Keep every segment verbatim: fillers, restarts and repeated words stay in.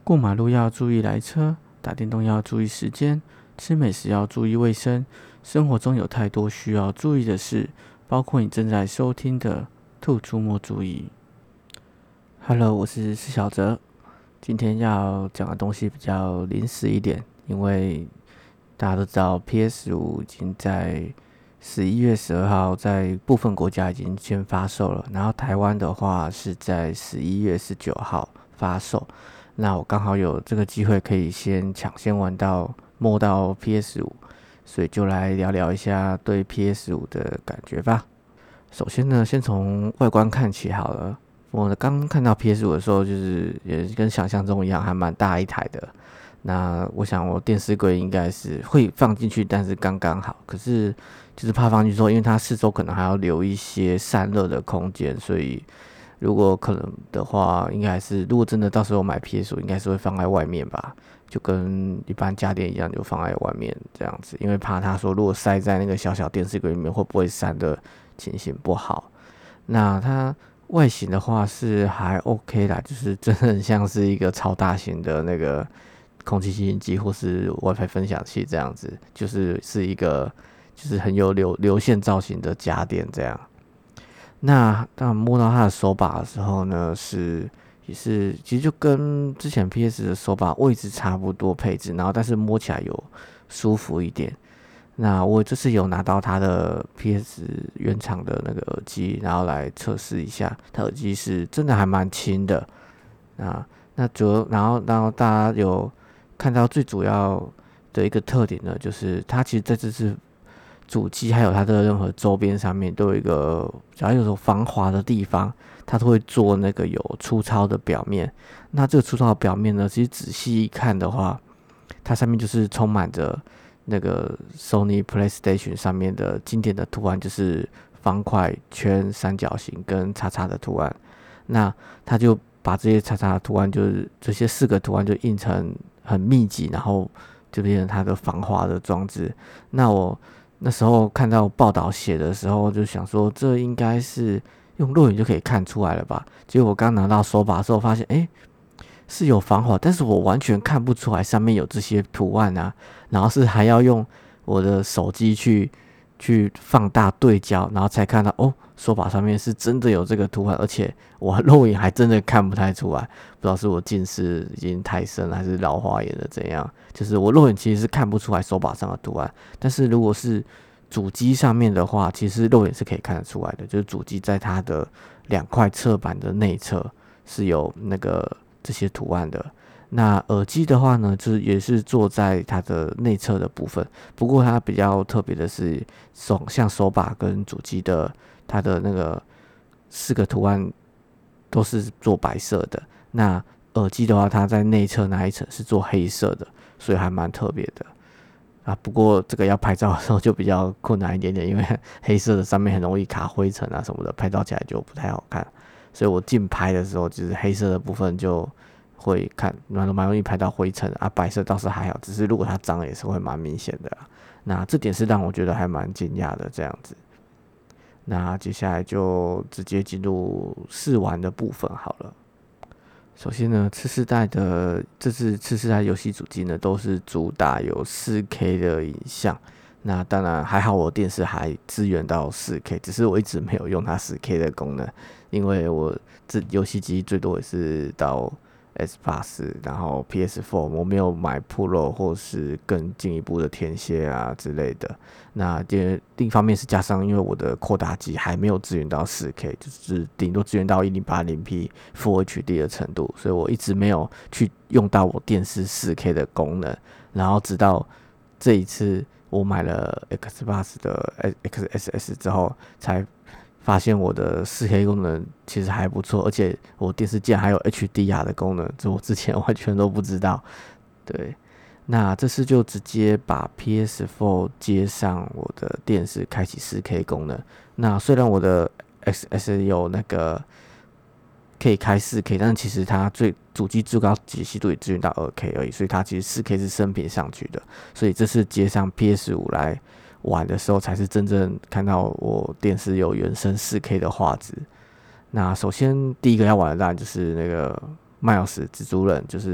过马路要注意来车，打电动要注意时间，吃美食要注意卫生。生活中有太多需要注意的事，包括你正在收听的《兔出没注意》。Hello，我是施小哲。今天要讲的东西比较临时一点，因为大家都知道 P S 五 已经在十一月十二号在部分国家已经先发售了，然后台湾的话是在十一月十九号发售。那我刚好有这个机会可以先抢先玩到摸到 P S 五，所以就来聊聊一下对 P S 五的感觉吧。首先呢，先从外观看起好了。我刚看到 P S 五 的时候，就是也跟想象中一样，还蛮大一台的。那我想我电视柜应该是会放进去，但是刚刚好。可是就是怕放进去之后，因为它四周可能还要留一些散热的空间，所以如果可能的话，应该还是如果真的到时候买 P S 五，应该是会放在外面吧，就跟一般家电一样，就放在外面这样子，因为怕他说如果塞在那个小小电视柜里面，会不会散热情形不好。那它外形的话是还 OK 啦，就是真的很像是一个超大型的那个空气清新机或是 WiFi 分享器这样子，就是是一个就是很有流流线造型的家电这样。那当摸到它的手把的时候呢，是也是其实就跟之前 P S 的手把位置差不多配置，然后但是摸起来有舒服一点。那我这次有拿到它的 P S 原厂的那个耳机，然后来测试一下，它耳机是真的还蛮轻的。那那主要，然后然后大家有看到最主要的一个特点呢，就是它其实在这次主机还有它的任何周边上面都有一个，只要有种防滑的地方，它都会做那个有粗糙的表面。那这个粗糙的表面呢，其实仔细一看的话，它上面就是充满着那个 Sony PlayStation 上面的经典的图案，就是方块、圈、三角形跟叉叉的图案。那它就把这些叉叉的图案，就是这些四个图案就印成很密集，然后就变成它的防滑的装置。那我那时候看到报道写的时候，就想说这应该是用肉眼就可以看出来了吧？结果我刚拿到手把的时候，发现哎、欸、是有防滑，但是我完全看不出来上面有这些图案啊。然后是还要用我的手机去去放大对焦，然后才看到哦，手把上面是真的有这个图案，而且我肉眼还真的看不太出来。不知道是我近视已经太深了，还是老花眼了怎样？就是我肉眼其实是看不出来手把上的图案，但是如果是主机上面的话，其实肉眼是可以看得出来的。就是主机在它的两块侧板的内侧是有那个这些图案的。那耳机的话呢，就是也是坐在它的内侧的部分，不过它比较特别的是手像手把跟主机的它的那个四个图案都是做白色的。那耳机的话，它在内侧那一层是做黑色的，所以还蛮特别的啊。不过这个要拍照的时候就比较困难一点点，因为黑色的上面很容易卡灰尘啊什么的，拍照起来就不太好看。所以我竞拍的时候，就是黑色的部分就会看蛮蛮容易拍到灰尘啊，白色倒是还好，只是如果它脏也是会蛮明显的啦。那这点是让我觉得还蛮惊讶的这样子。那接下来就直接进入试玩的部分好了。首先呢，次世代的这次次世代游戏主机呢，都是主打有 四 K 的影像。那当然还好，我电视还支援到 四 K， 只是我一直没有用它 四 K 的功能，因为我这游戏机最多也是到 S 八十，然后 P S 四， 我没有买 Pro 或是更进一步的天蝎啊之类的。那另一方面是加上，因为我的扩大机还没有支援到 四 K， 就是顶多支援到 一零八零 P Full H D 的程度，所以我一直没有去用到我电视 四 K 的功能。然后直到这一次我买了 X 八十 的 X S S 之后，才发现我的 四 K 功能其实还不错，而且我电视竟然还有 H D R 的功能，这我之前完全都不知道。对，那这次就直接把 P S 四 接上我的电视，开启 四 K 功能。那虽然我的 X S 有那个可以开 四 K， 但其实它最主机最高解析度也支援到 二 K 而已，所以它其实 四 K 是升频上去的。所以这次接上 P S 五 来玩的时候，才是真正看到我电视有原生 四 K 的画质。那首先第一个要玩的当然就是那个 Miles 蜘蛛人，就是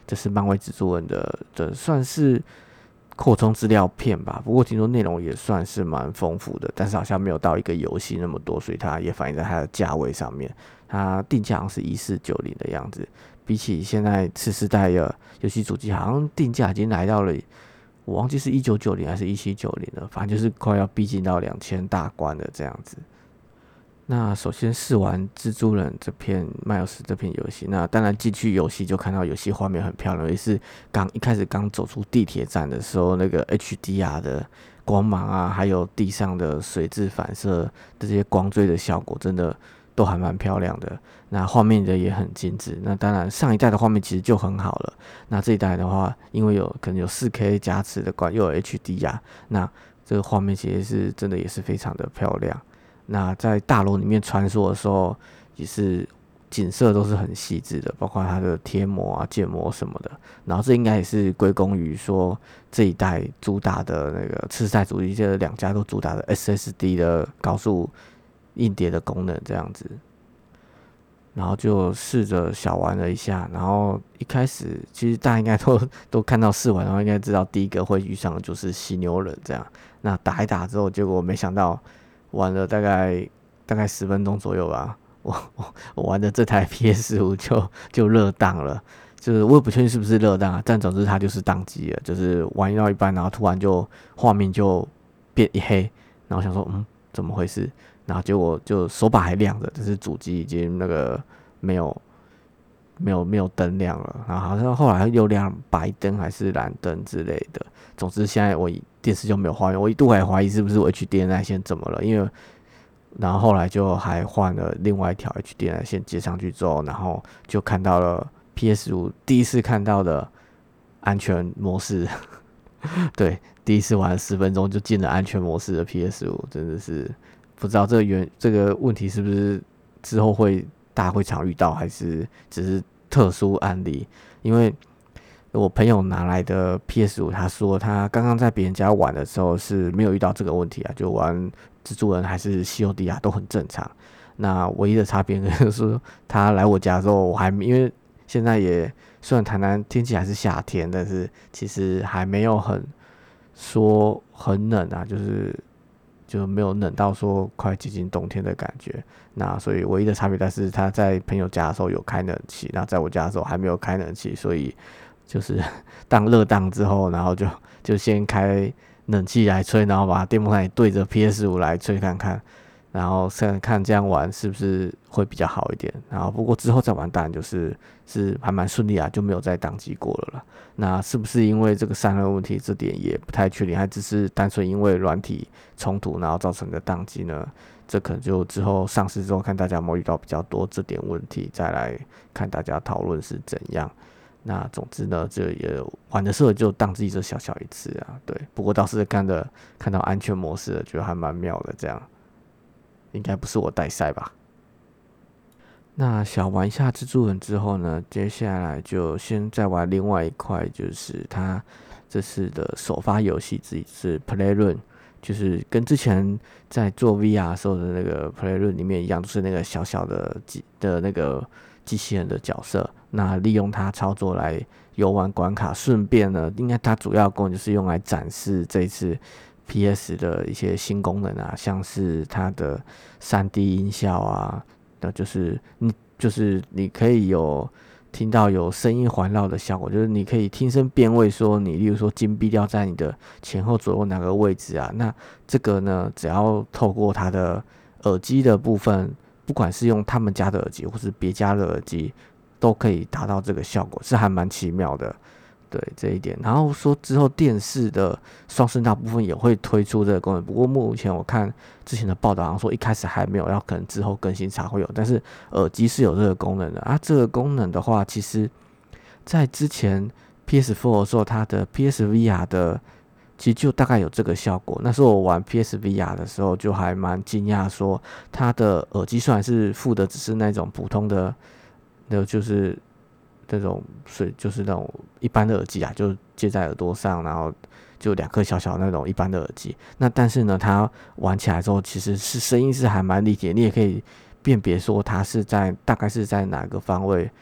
这是漫威蜘蛛人的的算是扩充资料片吧，不过听说内容也算是蛮丰富的，但是好像没有到一个游戏那么多，所以它也反映在它的价位上面。它定价好像是一四九零的样子，比起现在次世代的游戏主机，好像定价已经来到了，我忘记是一九九零还是一七九零了，反正就是快要逼近到两千大关了这样子。那首先试完蜘蛛人这片迈尔斯这片游戏，那当然进去游戏就看到游戏画面很漂亮，也是刚一开始刚走出地铁站的时候，那个 H D R 的光芒啊，还有地上的水质反射的这些光追的效果，真的都还蛮漂亮的。那画面的也很精致。那当然上一代的画面其实就很好了，那这一代的话，因为有可能有 四 K 加持的关，又有 H D R， 那这个画面其实是真的也是非常的漂亮。那在大楼里面穿梭的时候，也是景色都是很细致的，包括它的贴膜啊、建模什么的。然后这应该也是归功于说这一代主打的那个次世代主机，这两家都主打的 S S D 的高速硬碟的功能这样子。然后就试着小玩了一下，然后一开始其实大家应该都都看到试玩，然后应该知道第一个会遇上的就是犀牛人这样。那打一打之后，结果没想到。玩了大概大概十分钟左右吧，我我我玩的这台 P S 五 就就热当了，就是我也不确定是不是热当啊，但总之它就是当机了，就是玩到一半，然后突然就画面就变一黑，然后想说嗯怎么回事，然后结果就手把还亮着，但是主机已经那个没有没有没有灯亮了，然后好像后来又亮白灯还是蓝灯之类的。总之现在我电视就没有画面，我一度还怀疑是不是我 H D M I 线怎么了，因为然后后来就还换了另外一条 H D M I 线接上去之后，然后就看到了 P S 五 第一次看到的安全模式，对，第一次玩了十分钟就进了安全模式的 P S 五，真的是不知道这个原这个问题是不是之后会大家会常遇到，还是只是特殊案例，因为。我朋友拿来的 P S 五， 他说他刚刚在别人家玩的时候是没有遇到这个问题啊，就玩蜘蛛人还是西欧迪亚都很正常。那唯一的差别就是他来我家的时候，我还因为现在也虽然台南天气还是夏天，但是其实还没有很说很冷啊，就是就没有冷到说快接近冬天的感觉。那所以唯一的差别，但是他在朋友家的时候有开冷气，那在我家的时候还没有开冷气，所以。就是当热当之后，然后就就先开冷气来吹，然后把电风扇对着 P S 五 来吹看看，然后看看这样玩是不是会比较好一点。然后不过之后再玩，当然就是是还蛮顺利啊，就没有再宕机过了啦。那是不是因为这个散热问题，这点也不太确定，还只是单纯因为软体冲突然后造成的宕机呢？这可能就之后上市之后看大家有没有遇到比较多这点问题，再来看大家讨论是怎样。那总之呢，这也玩的时候就当自己这小小一次啊，对。不过倒是看的看到安全模式了，觉得还蛮妙的，这样应该不是我带赛吧？那小玩一下蜘蛛人之后呢，接下来就先再玩另外一块，就是它这次的首发游戏之一是 Playroom， 就是跟之前在做 V R 时候的那个 Playroom 里面一样，都是那个小小的机的那个机器人的角色。那利用它操作来游玩关卡，顺便呢，应该它主要功能就是用来展示这一次 P S 的一些新功能啊，像是它的 三 D 音效啊，那就是你就是你可以有听到有声音环绕的效果，就是你可以听声辨位，说你例如说金币掉在你的前后左右哪个位置啊，那这个呢，只要透过它的耳机的部分，不管是用他们家的耳机或是别家的耳机。都可以达到这个效果，是还蛮奇妙的，对这一点。然后说之后电视的双声道部分也会推出这个功能，不过目前我看之前的报道好像说一开始还没有，要可能之后更新才会有。但是耳机是有这个功能的啊，这个功能的话，其实在之前 P S 四 的时候，它的 P S V R 的其实就大概有这个效果。那时候我玩 P S V R 的时候，就还蛮惊讶，说它的耳机虽然是附的只是那种普通的。那就是那种水，就是那种一般的耳机啊，就接在耳朵上，然后就两颗小小的那种一般的耳机。那但是呢，它玩起来之后，其实是声音是还蛮立体的，你也可以辨别说它是在大概是在哪个方位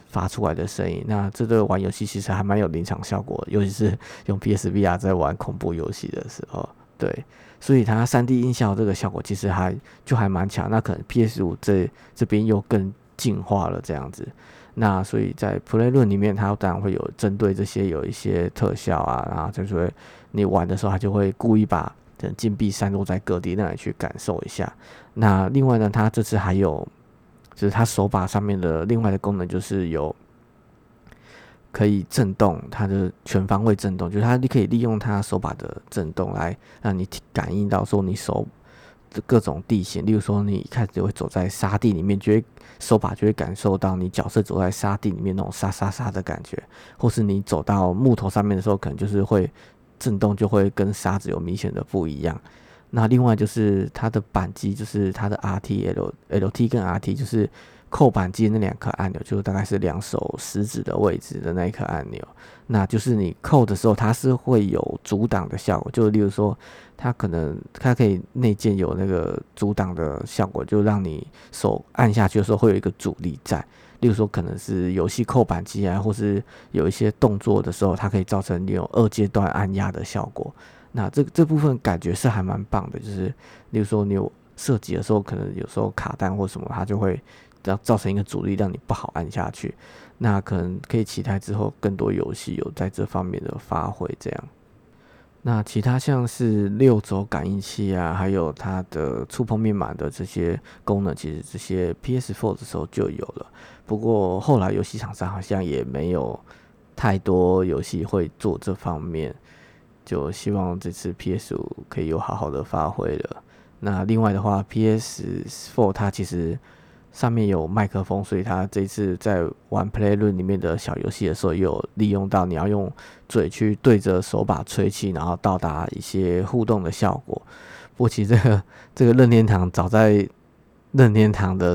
发出来的声音。那这对玩游戏其实还蛮有临场效果，尤其是用 P S V R 在玩恐怖游戏的时候，对，所以它 三 D 音效这个效果其实还就还蛮强。那可能 P S 五 这这边又更进化了这样子。那所以在 Play 论里面，它当然会有针对这些有一些特效啊，然后就是会你玩的时候，它就会故意把金币散落在各地，让你去感受一下。那另外呢，它这次还有就是它手把上面的另外的功能，就是有可以震动，它的全方位震动，就是它可以利用它手把的震动来让你感应到说你手各种地形，例如说你一开始会走在沙地里面，就会手把就会感受到你角色走在沙地里面那种沙沙沙的感觉，或是你走到木头上面的时候，可能就是会震动，就会跟沙子有明显的不一样。那另外就是它的扳机，就是它的 R T L L T 跟 R T 就是扣扳机的那两颗按钮，就大概是两手食指的位置的那一颗按钮。那就是你扣的时候，它是会有阻挡的效果，就例如说，它可能它可以内建有那个阻挡的效果，就让你手按下去的时候会有一个阻力在。例如说，可能是游戏扣扳机啊，或是有一些动作的时候，它可以造成你有二阶段按压的效果。那这这部分感觉是还蛮棒的，就是例如说你有射击的时候，可能有时候卡弹或什么，它就会造成一个阻力，让你不好按下去。那可能可以期待之后更多游戏有在这方面的发挥，这样。那其他像是六轴感应器啊，还有它的触碰面板的这些功能，其实这些 P S 四 的时候就有了。不过后来游戏厂商好像也没有太多游戏会做这方面，就希望这次 P S 五 可以有好好的发挥了。那另外的话 ，P S 四 它其实上面有麦克风，所以它这次在玩 Play Room 里面的小游戏的时候，也有利用到你要用嘴去对着手把吹气，然后到达一些互动的效果。不过其实这个这个任天堂早在任天堂的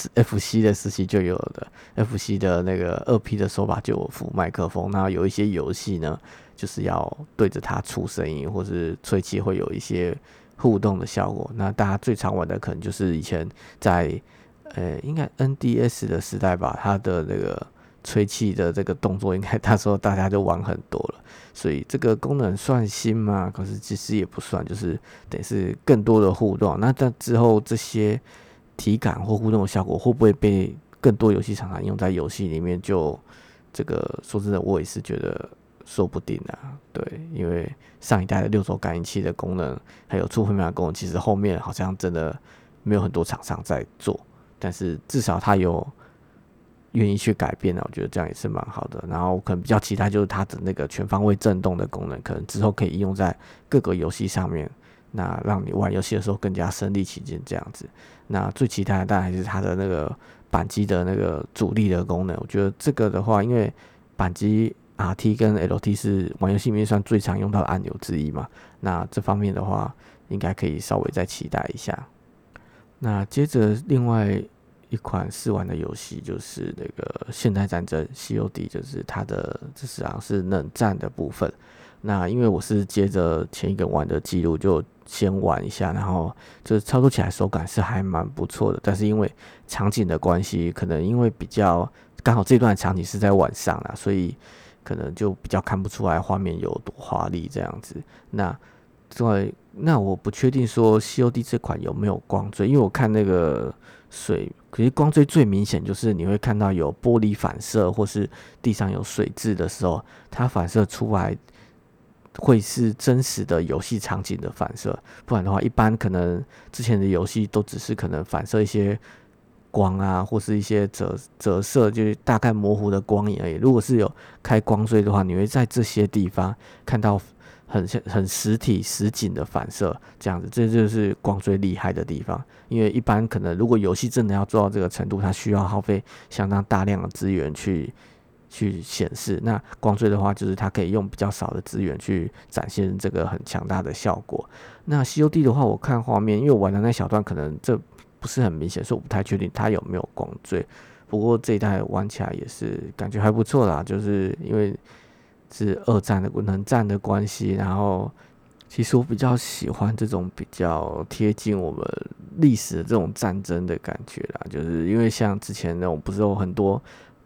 F C 的时期就有了的 ，F C 的那个二 P 的手把就有附麦克风，然后有一些游戏呢，就是要对着它出声音，或是吹气会有一些互动的效果。那大家最常玩的可能就是以前在呃，应该 N D S 的时代吧，它的那个吹气的这个动作，应该那时候大家就玩很多了。所以这个功能算新吗？可是其实也不算，就是等于是更多的互动。那在之后这些体感或互动的效果，会不会被更多游戏厂商用在游戏里面？就这个说真的，我也是觉得说不定啊。对，因为上一代的六轴感应器的功能，还有触碰面板功能，其实后面好像真的没有很多厂商在做。但是至少他有愿意去改变了，我觉得这样也是蛮好的。然后可能比较期待就是它的那个全方位震动的功能，可能之后可以应用在各个游戏上面，那让你玩游戏的时候更加身临其境这样子。那最期待的当然还是它的那个扳机的那个阻力的功能，我觉得这个的话，因为扳机 R T 跟 L T 是玩游戏里面算最常用到的按钮之一嘛，那这方面的话，应该可以稍微再期待一下。那接着另外一款试玩的游戏就是那个现代战争 C O D， 就是它的这实际上是冷战的部分。那因为我是接着前一个玩的记录就先玩一下，然后就是操作起来手感是还蛮不错的，但是因为场景的关系，可能因为比较刚好这段场景是在晚上啦，所以可能就比较看不出来画面有多华丽这样子。那对，那我不确定说 C O D 这款有没有光追，因为我看那个水，可是光追最明显就是你会看到有玻璃反射，或是地上有水渍的时候，它反射出来会是真实的游戏场景的反射，不然的话，一般可能之前的游戏都只是可能反射一些光啊，或是一些折折射，就是大概模糊的光影而已。如果是有开光追的话，你会在这些地方看到很很实体实景的反射，这样子，这就是光追厉害的地方。因为一般可能如果游戏真的要做到这个程度，它需要耗费相当大量的资源去去显示。那光追的话，就是它可以用比较少的资源去展现这个很强大的效果。那 C O D 的话，我看画面，因为我玩的那小段可能这不是很明显，所以我不太确定它有没有光追。不过这一代玩起来也是感觉还不错啦，就是因为是二战的冷战的关系，然后其实我比较喜欢这种比较贴近我们历史的这种战争的感觉啦，就是因为像之前那种不是有很多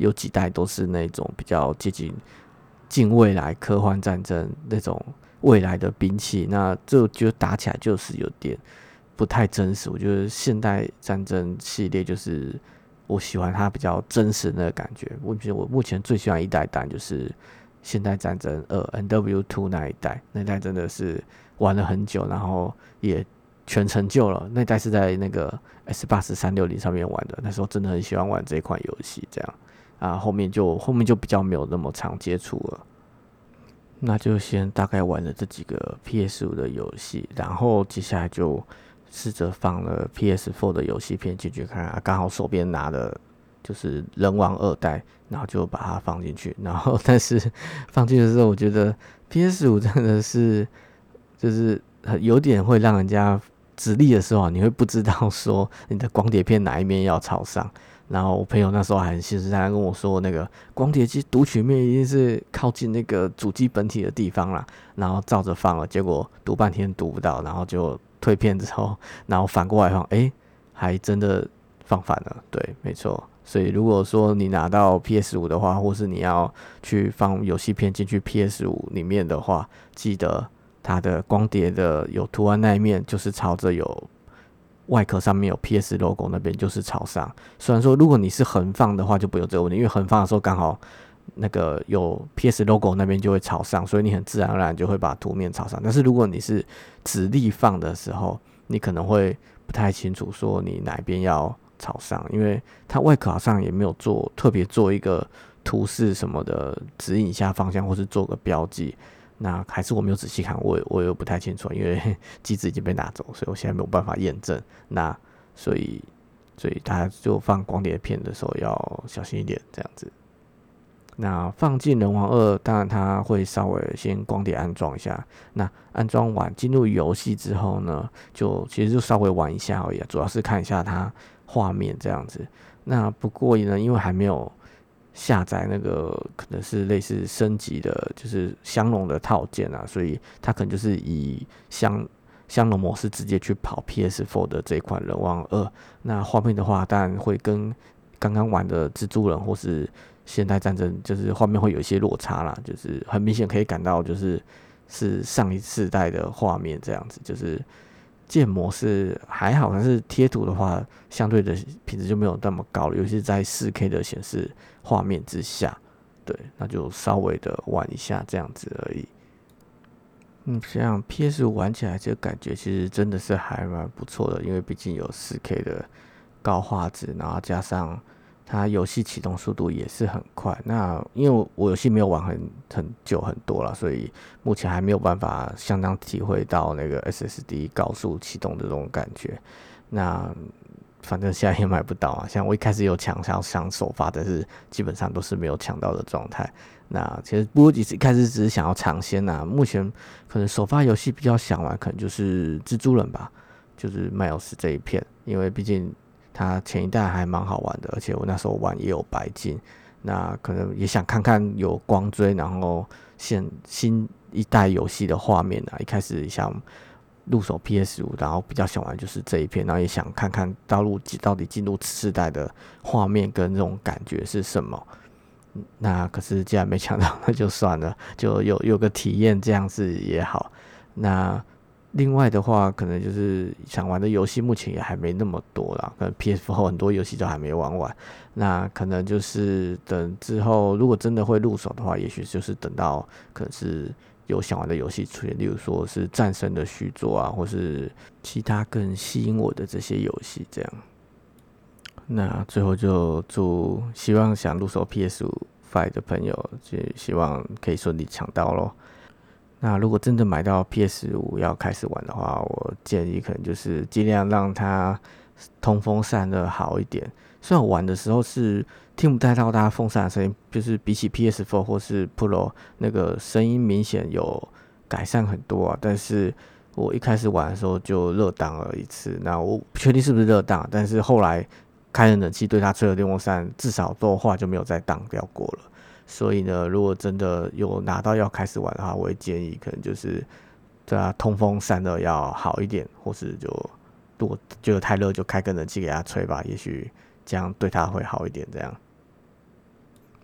有几代都是那种比较接近近未来科幻战争那种未来的兵器，那这就打起来就是有点不太真实。我觉得现代战争系列就是我喜欢它比较真实的感觉。我觉得我目前最喜欢一代当然就是现代战争二 N W 二 那一代，那一代真的是玩了很久，然后也全成就了。那一代是在那个 S 八十三六零上面玩的，那时候真的很喜欢玩这一款游戏，这样啊，后面就后面就比较没有那么常接触了。那就先大概玩了这几个 P S 五 的游戏，然后接下来就试着放了 P S 四 的游戏片进去看看，刚好手边拿的就是人王二代，然后就把它放进去，然后但是放进去的时候，我觉得 P S 五 真的是就是有点会让人家直立的时候，你会不知道说你的光碟片哪一面要朝上。然后我朋友那时候还很信誓旦旦跟我说，那个光碟机读取面一定是靠近那个主机本体的地方啦，然后照着放了，结果读半天读不到，然后就退片之后，然后反过来放，哎，还真的放反了，对，没错。所以如果说你拿到 P S 五 的话，或是你要去放游戏片进去 P S 五 里面的话，记得它的光碟的有图案那一面就是朝着有外壳上面有 P S logo 那边就是朝上。虽然说如果你是横放的话就不会有这个问题，因为横放的时候刚好那个有 P S logo 那边就会朝上，所以你很自然而然就会把图面朝上。但是如果你是直立放的时候，你可能会不太清楚说你哪边要朝上，因为它外壳好像也没有做特别做一个图示什么的指引一下方向，或是做个标记。那还是我没有仔细看，我我又不太清楚，因为机子已经被拿走，所以我现在没有办法验证。那所以所以大家就放光碟片的时候要小心一点，这样子。那放进人王二，当然它会稍微先光碟安装一下。那安装完进入游戏之后呢，就其实就稍微玩一下而已，主要是看一下它画面这样子。那不过呢，因为还没有下载那个可能是类似升级的，就是香龙的套件啊，所以它可能就是以香香龙模式直接去跑 P S 四 的这一款人王二。那画面的话，当然会跟刚刚玩的蜘蛛人或是现代战争，就是画面会有一些落差啦，就是很明显可以感到就是是上一世代的画面这样子，就是建模是还好，但是贴图的话，相对的品质就没有那么高了，尤其是在 四 K 的显示画面之下，对，那就稍微的玩一下这样子而已。嗯，像 P S 五 玩起来这个感觉其实真的是还蛮不错的，因为毕竟有 四 K 的高画质，然后加上它游戏启动速度也是很快。那因为我游戏没有玩很很久很多了，所以目前还没有办法相当体会到那个 S S D 高速启动的这种感觉。那反正现在也买不到啊，像我一开始有抢想想首发，但是基本上都是没有抢到的状态。那其实不过一开始只是想要尝鲜呐，目前可能首发游戏比较想玩，可能就是蜘蛛人吧，就是 Miles 这一片，因为毕竟它前一代还蛮好玩的，而且我那时候玩也有白金，那可能也想看看有光追，然后现新一代游戏的画面啊，一开始想入手 P S 五，然后比较想玩就是这一片，然后也想看看到入到底进入次世代的画面跟这种感觉是什么。那可是既然没抢到，那就算了，就有有个体验这样子也好。那另外的话，可能就是想玩的游戏目前也还没那么多啦，可能 P S 四 后很多游戏都还没玩完。那可能就是等之后，如果真的会入手的话，也许就是等到可能是有想玩的游戏出现，例如说是战神的续作啊，或是其他更吸引我的这些游戏这样。那最后就祝希望想入手 P S 五 的朋友，就希望可以顺利抢到咯。那如果真的买到 P S 五 要开始玩的话，我建议可能就是尽量让它通风散热好一点。虽然我玩的时候是听不太到它风扇的声音，就是比起 P S 四 或是 Pro 那个声音明显有改善很多啊，但是我一开始玩的时候就热档了一次，那我不确定是不是热档，但是后来开了冷气对它吹了电风扇，至少后话就没有再当掉过了。所以呢，如果真的有拿到要开始玩的话，我会建议可能就是对它通风散热要好一点，或是就如果觉得太热就开个冷气给它吹吧，也许这样对它会好一点。这样。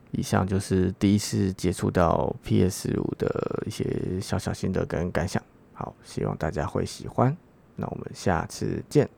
以上就是第一次接触到 P S 五 的一些小小心得跟感想。好，希望大家会喜欢。那我们下次见。